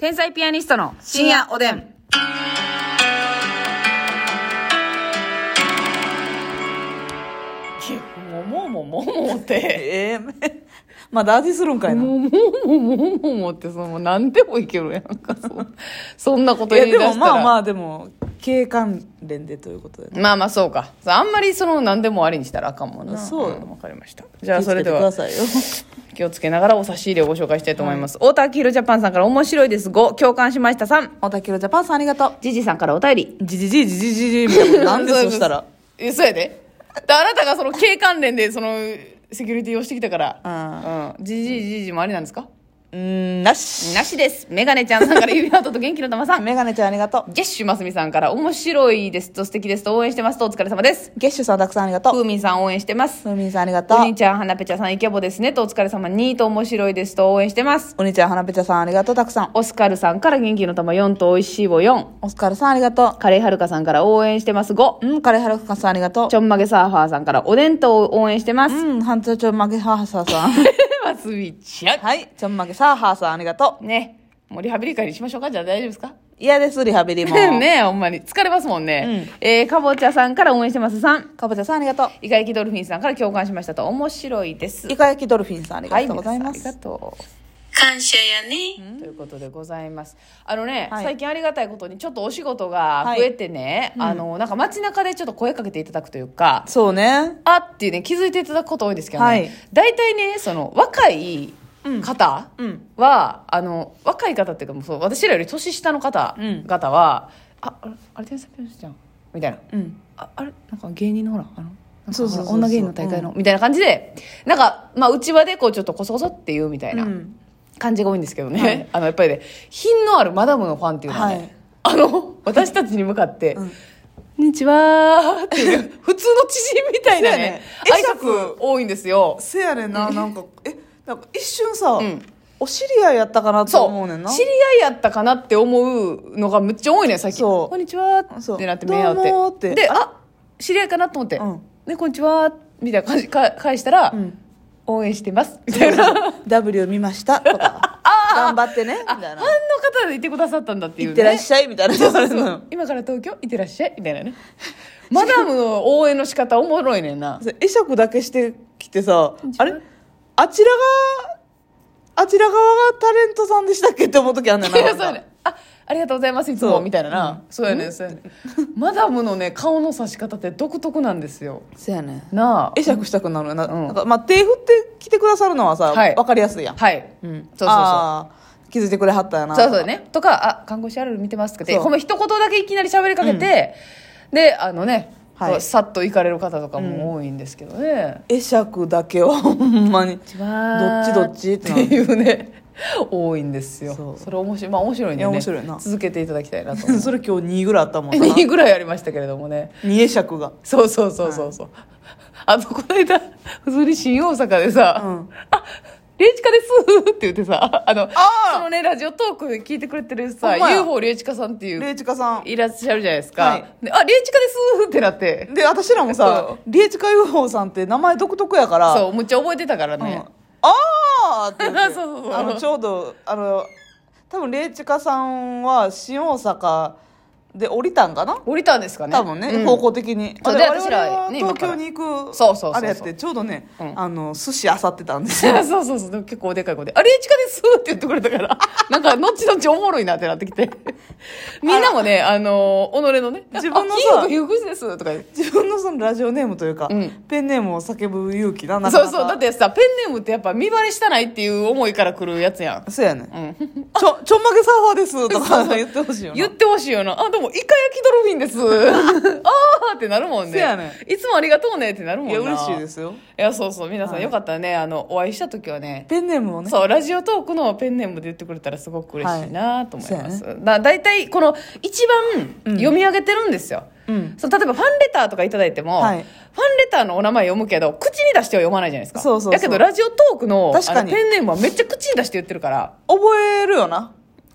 天才ピアニストの深夜おでん。もうってまだ味するんかいな。 もって何でもいけるやんか。そんなこと言い出したら。 いやでもまあでも経関連でということで、ね、 まあそうか。あんまり何でもありにしたらあかんもんな。 そうよ。 わかりました。じゃあそれでは気をつけながらお差し入れをご紹介したいと思います。太田明宏ジャパンさんから面白いです5、共感しました3。 太田明宏ジャパンさんありがとう。 ジジさんからお便り。 ジジみたいな。なんでそしたら。 そうやで。あなたが経関連でセキュリティをしてきたから。ジジもありなんですか？ なしです。メガネちゃんさんから指輪と元気の玉さん。 メガネちゃんありがとう。 ゲッシュますみさんから面白いですと素敵ですと応援してますとお疲れ様です。 ゲッシュさんたくさんありがとう。 ふうみんさん応援してます。 ふうみんさんありがとう。 お兄ちゃんはなぺちゃさんイケボですねとお疲れ様。2と面白いですと応援してます。 お兄ちゃんはなぺちゃさんありがとうたくさん。 オスカルさんから元気の玉4とおいしい棒4。 オスカルさんありがとう。 カレーはるかさんから応援してます5。 カレーはるかさんありがとう。 ちょんまげサーファーさんからおでんと応援してます。 ハントちょんまげサーファーさん。 ますみちゃん。 はい、ちょんまげサーファーさんありがとう。 ね。もうリハビリ会にしましょうか。じゃあ大丈夫ですか？ 嫌です、リハビリも。 ねえ、ほんまに。疲れますもんね。かぼちゃさんから応援してます3。 かぼちゃさんありがとう。 イカ焼きドルフィンさんから共感しましたと面白いです。 イカ焼きドルフィンさんありがとうございます。 ありがとう。 感謝やね。 ということでございます。最近ありがたいことにちょっとお仕事が増えてね、なんか街中でちょっと声かけていただくというか、 そうね。 あっていうね、気づいていただくこと多いんですけどね。大体ね、若い方は、若い方っていうか私らより年下の方々は、あれ天才ピアニストじゃんみたいな。あれなんか芸人のほら、女芸人の大会の、みたいな感じで、なんか、うちわでちょっとこそこそっていうみたいな感じが多いんですけどね。やっぱりね、品のあるマダムのファンっていうのはね、私たちに向かって、こんにちはーっていう、普通の知人みたいなね、挨拶多いんですよ。 せやねんな、なんか一瞬さ、お知り合いやったかなと思うねんな。 知り合いやったかなって思うのがめっちゃ多いねん、最近。こんにちはってなって目合って。で、知り合いかなと思って、ね、こんにちはみたいな感じ返したら、応援してますみたいな。 W 見ましたとか。頑張ってねみたいな。 ファンの方でいてくださったんだっていうね。 いってらっしゃいみたいな。 今から東京いってらっしゃいみたいなね。マダムの応援の仕方おもろいねんな。 会釈だけしてきてさ、あれあちら側がタレントさんでしたっけって思う時あんねんな。 いや、そうやね。ありがとうございますいつもみたいなな。そうやね。マダムのね顔の差し方って独特なんですよ。 そうやね。 なあ。 会釈したくなるよな。なんか手振ってきてくださるのはさ、わかりやすいやん。 はい。そう。 気づいてくれはったやな。 そうね。とか、看護師ある見てますって、一言だけいきなり喋りかけて、で、さっと行かれる方とかも多いんですけどね。 会釈だけはほんまに。どっちっていうね、多いんですよ。それ面白い。面白いんでね。続けていただきたいなと思う。 それ今日2ぐらいあったもんな。 2ぐらいありましたけれどもね。 2会釈が。 そう。この間、普通に新大阪でさ、リエチカですって言ってさ、そのね、ラジオトーク聞いてくれてるさ、UFO リエチカさんっていう、 リエチカさんいらっしゃるじゃないですか。でリエチカですってなって。 で、私らもさ、リエチカ UFO さんって名前独特やから。 そう、むっちゃ覚えてたからね。 って言って。ちょうど、多分リエチカさんは新大阪、で降りたんかな。 降りたんですかね。 多分ね、方向的に。 そうで私らね東京に行くあれやってちょうどね、寿司あさってたんですよ。 そうでも結構でかい声で「あれチカです」って言ってくれたからなんか後々おもろいなってなってきてみんなもね己のね自分のさ皮膚ですとか自分のそのラジオネームというか、ペンネームを叫ぶ勇気な。 そうだってさペンネームってやっぱ見バレしたないっていう思いから来るやつやん。 そうやね。ちょんまげサーファーですとか言ってほしいよな。 言ってほしいよな。でもイカ焼きドルフィンですあーってなるもんね。 そうやね。 いつもありがとうねってなるもんな。 いや嬉しいですよ。 いやそう皆さんよかったらねお会いした時はねペンネームをね、 そうラジオトークのペンネームで言ってくれたらすごく嬉しいなと思います。だいたいこの一番読み上げてるんですよ。例えばファンレターとかいただいても、ファンレターのお名前読むけど口に出しては読まないじゃないですか。だけどラジオトークのペンネームはめっちゃ口に出して言ってるから覚えるよな。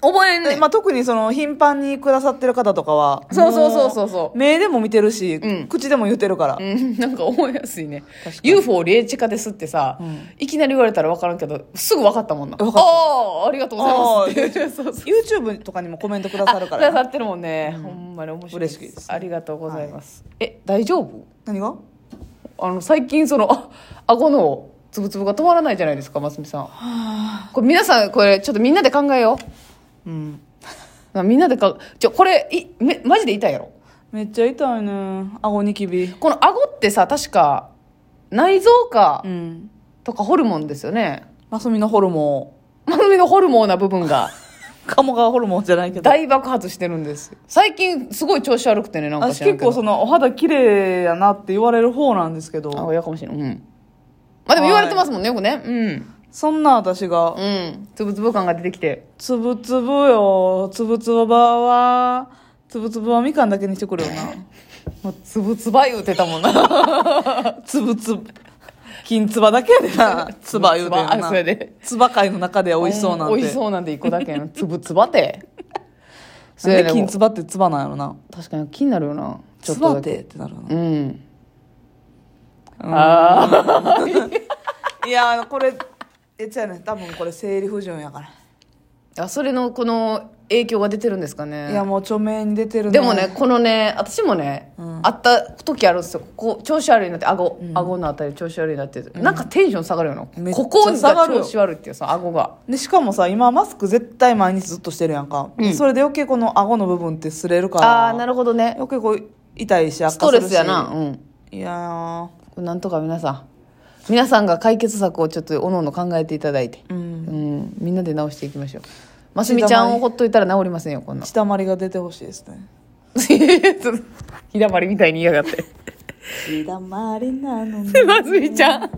覚えんねん。 まあ、特にその頻繁にくださってる方とかはそう目でも見てるし、 うん、 口でも言ってるから、 なんか覚えやすいね。 UFO 霊地下ですってさ、いきなり言われたら分からんけどすぐ分かったもんな。ありがとうございますって。 YouTube とかにもコメントくださるから、 くださってるもんね、ほんまに面白いです。 嬉しいです、 ありがとうございます、大丈夫？ 何が？ 最近顎のつぶつぶが止まらないじゃないですか、ますみさん。これ皆さん、これちょっとみんなで考えよう。みんなでこれマジで痛いやろ？ めっちゃ痛いね、顎ニキビ。 この顎ってさ、確か内臓かとかホルモンですよね。 ますみのホルモン、ますみのホルモンな部分が鴨川ホルモンじゃないけど大爆発してるんです。最近すごい調子悪くてね、なんか知らんけど。 私結構お肌綺麗やなって言われる方なんですけど。 やかもしれん。まあでも言われてますもんね、よくね。 そんな私がつぶつぶ感が出てきて、 つぶつぶよ、つぶつぶはみかんだけにしてくるよな。 もうつぶつば言うてたもんな。 つぶつぶ金つばだけでな、つば言うてるな。つば界の中で美味しそうなんて。 美味しそうなんて一個だけやな。つぶつばって。 なんで金つばってつばなんやろな。 確かに気になるよな。 つばってなるな。いやこれじゃあね、多分これ生理不順やから。 それのこの影響が出てるんですかね。 いやもう著名に出てるね。 でもね、このね、私もね、会った時あるんですよ。ここ調子悪いなって、顎のあたり調子悪いなって、なんかテンション下がるよな。ここが調子悪いっていうさ、顎が。 でしかもさ、今マスク絶対毎日ずっとしてるやんか。それで余計この顎の部分って擦れるから。 なるほどね。 余計こう痛いし悪化するし。 ストレスやな。 いやー、なんとか皆さんが解決策をちょっとおのおの考えていただいて、みんなで直していきましょう。ますみちゃんをほっといたら治りませんよ、こんな。 血たまりが出てほしいですね。 ひだまりみたいに言いやがって。 血だまりなのね。 ますみちゃん。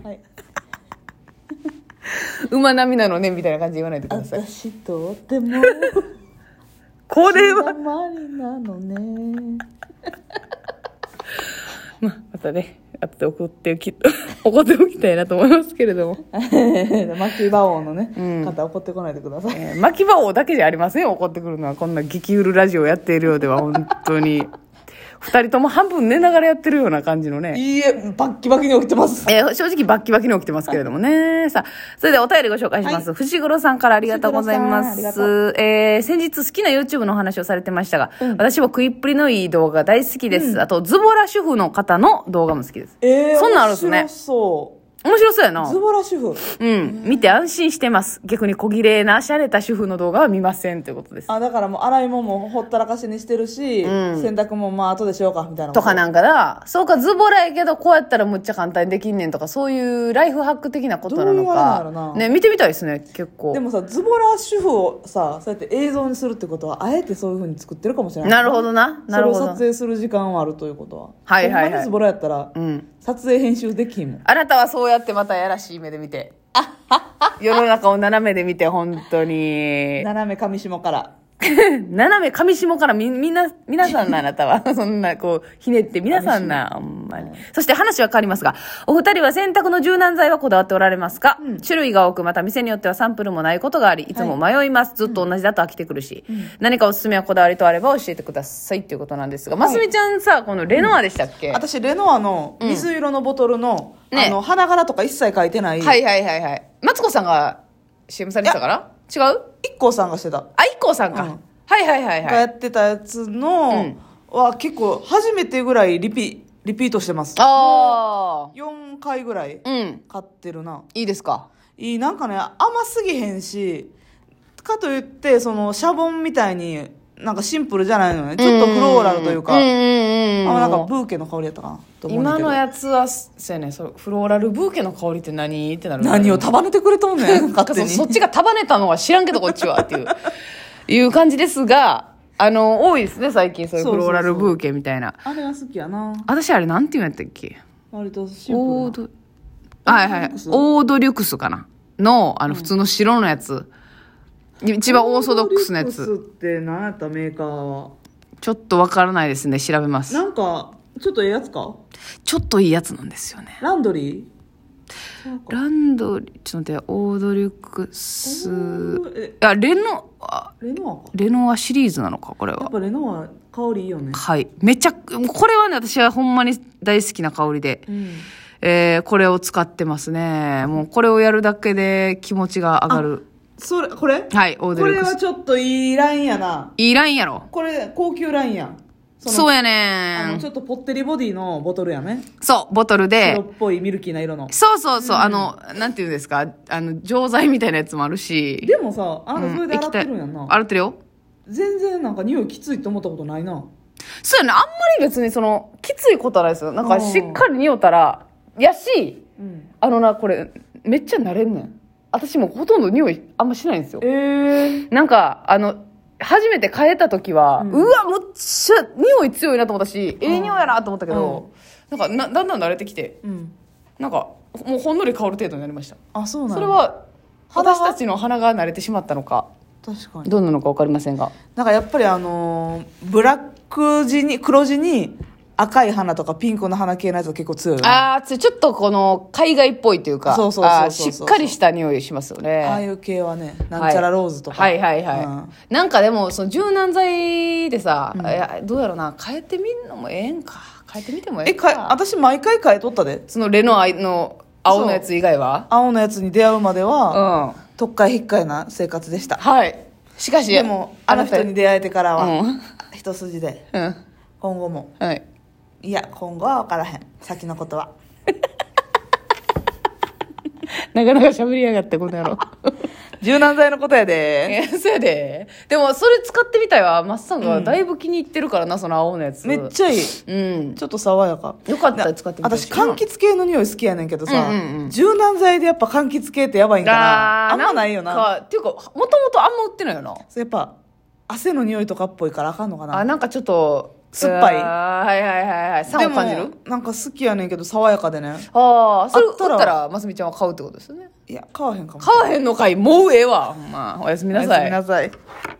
馬並みなのねみたいな感じで言わないでください。 私とっても。 これは。 血だまりなのね。 またね。後で怒っておきたいなと思いますけれども。 巻き場王のね、方怒ってこないでください。 巻き場王だけじゃありませんよ、怒ってくるのは。こんな激うるラジオやっているようでは、本当に。二人とも半分寝ながらやってるような感じのね。 いいえ、バッキバキに起きてます。 正直バッキバキに起きてますけれどもね。さあ、それではお便りご紹介します。藤黒さんからありがとうございます。先日好きな YouTube のお話をされてましたが、私も食いっぷりのいい動画大好きです。あと、ズボラ主婦の方の動画も好きです。そんなんあるんですね。面白そうやな。 ズボラ主婦。 見て安心してます。逆に小綺麗な洒落た主婦の動画は見ませんということです。 だからもう洗い物もほったらかしにしてるし、洗濯も後でしようかみたいな。 とかなんかな。そうか、ズボラやけどこうやったらむっちゃ簡単にできんねんとか、そういうライフハック的なことなのか。ね、見てみたいですね、結構。 でもさ、ズボラ主婦をさ、そうやって映像にするってことは、あえてそういう風に作ってるかもしれない。 なるほどな。 それを撮影する時間はあるということは。 はい。 ズボラやったら、撮影編集できんもん。 あなたはそうやってまたやらしい目で見て。世の中を斜めで見て、本当に。 斜め上下から。 斜め上下から皆さんな、あなたは。そんな、ひねって皆さんな、ほんまに。そして話は変わりますが、お二人は洗濯の柔軟剤はこだわっておられますか？種類が多く、また店によってはサンプルもないことがあり、いつも迷います。ずっと同じだと飽きてくるし。何かおすすめはこだわりとあれば教えてくださいっていうことなんですが、ますみちゃんさ、このレノアでしたっけ？ 私、レノアの水色のボトルの、花柄とか一切書いてない。 はい。マツコさんが CM されてたから違う？ IKKO さんがしてた。 IKKOさんか。はい。 がやってたやつの、は結構初めてぐらいリピートしてます。4回ぐらい買ってるな。 いいですか？ いい、なんかね、甘すぎへんし、かといって、シャボンみたいになんかシンプルじゃないのね。ちょっとフローラルというか、なんかブーケの香りやったかなと思うんだけど。 今のやつは、そうやね、フローラルブーケの香りって何ってなる。 何を束ねてくれとんねん、勝手に。 そっちが束ねたのは知らんけど、こっちはっていう感じですが、多いですね、最近、そういうフローラルブーケみたいな。 あれが好きやな。 私、あれ、なんていうんやったっけ？ 割とシンプルな。 オードリュクスかなの、普通の白のやつ。一番オーソドックスのやつ。 オードリュクスって何やったメーカーは？ ちょっとわからないですね、調べます。 なんか、ちょっといいやつか？ ちょっといいやつなんですよね。 ランドリランドリー、ちょっと待って、オードリュックス、レノアシリーズなのか、これは。 やっぱレノア香りいいよね。 はい。これはね、私はほんまに大好きな香りで、これを使ってますね。もうこれをやるだけで気持ちが上がる。 これはい、オードリュックス。 これはちょっといいラインやな。 いいラインやろ。 これ、高級ラインやん。 そうやねちょっとぽってりボディのボトルやね。 そう、ボトルで。 白っぽいミルキーな色の。 そうそうそう、なんていうんですか、錠剤みたいなやつもあるし。 でもさ、あなたそれで洗ってるんやんな。 洗ってるよ。 全然なんか匂いきついって思ったことないな。 そうやね、あんまり別にきついことはないですよ。なんかしっかり匂ったら、やし、これ、めっちゃ慣れんねん。私もほとんど匂いあんましないんですよ。なんか、初めて変えた時は、うわ、むっちゃ匂い強いなと思ったし、匂いやなと思ったけど、なんかだんだん慣れてきて、なんか、もうほんのり香る程度になりました。 あ、そうなんだ。 それは、私たちの鼻が慣れてしまったのか、 確かに。 どうなのか分かりませんが。 なんかやっぱりブラック地に、黒地に、赤い花とかピンクの花系のやつが結構強いよね。 ちょっとこの海外っぽいというか、 そうそうしっかりした匂いしますよね。 ああいう系はね、なんちゃらローズとか。 はいはいはい。なんかでも、その柔軟剤でさ、どうやろうな、変えてみるのもええんか。変えてみてもええんか。 私毎回変えとったで。 そのレノアの青のやつ以外は青のやつに出会うまでは、特会引っかいな生活でした。 はい。しかし、 でも、あの人に出会えてからは、一筋で、今後も。 はい。 いや、今後は分からへん。先のことは。 なかなか喋りやがって、この野郎。 柔軟剤のことやで。 そうやで。でも、それ使ってみたいわ。マッサンがだいぶ気に入ってるからな、その青のやつ。 めっちゃいい。ちょっと爽やか。 よかったら使ってみて。 私、柑橘系の匂い好きやねんけどさ、柔軟剤でやっぱ柑橘系ってやばいんかな。あんまないよな。 っていうか、もともとあんま売ってないよな。 やっぱ、汗の匂いとかっぽいからあかんのかな。 なんかちょっと、 酸っぱい。 はいはいはいはい。酸を感じる？ なんか好きやねんけど、爽やかでね。 それ売ったら、ますみちゃんは買うってことですよね。 いや、買わへんかも。 買わへんのかい、もうええわ。おやすみなさい。 おやすみなさい。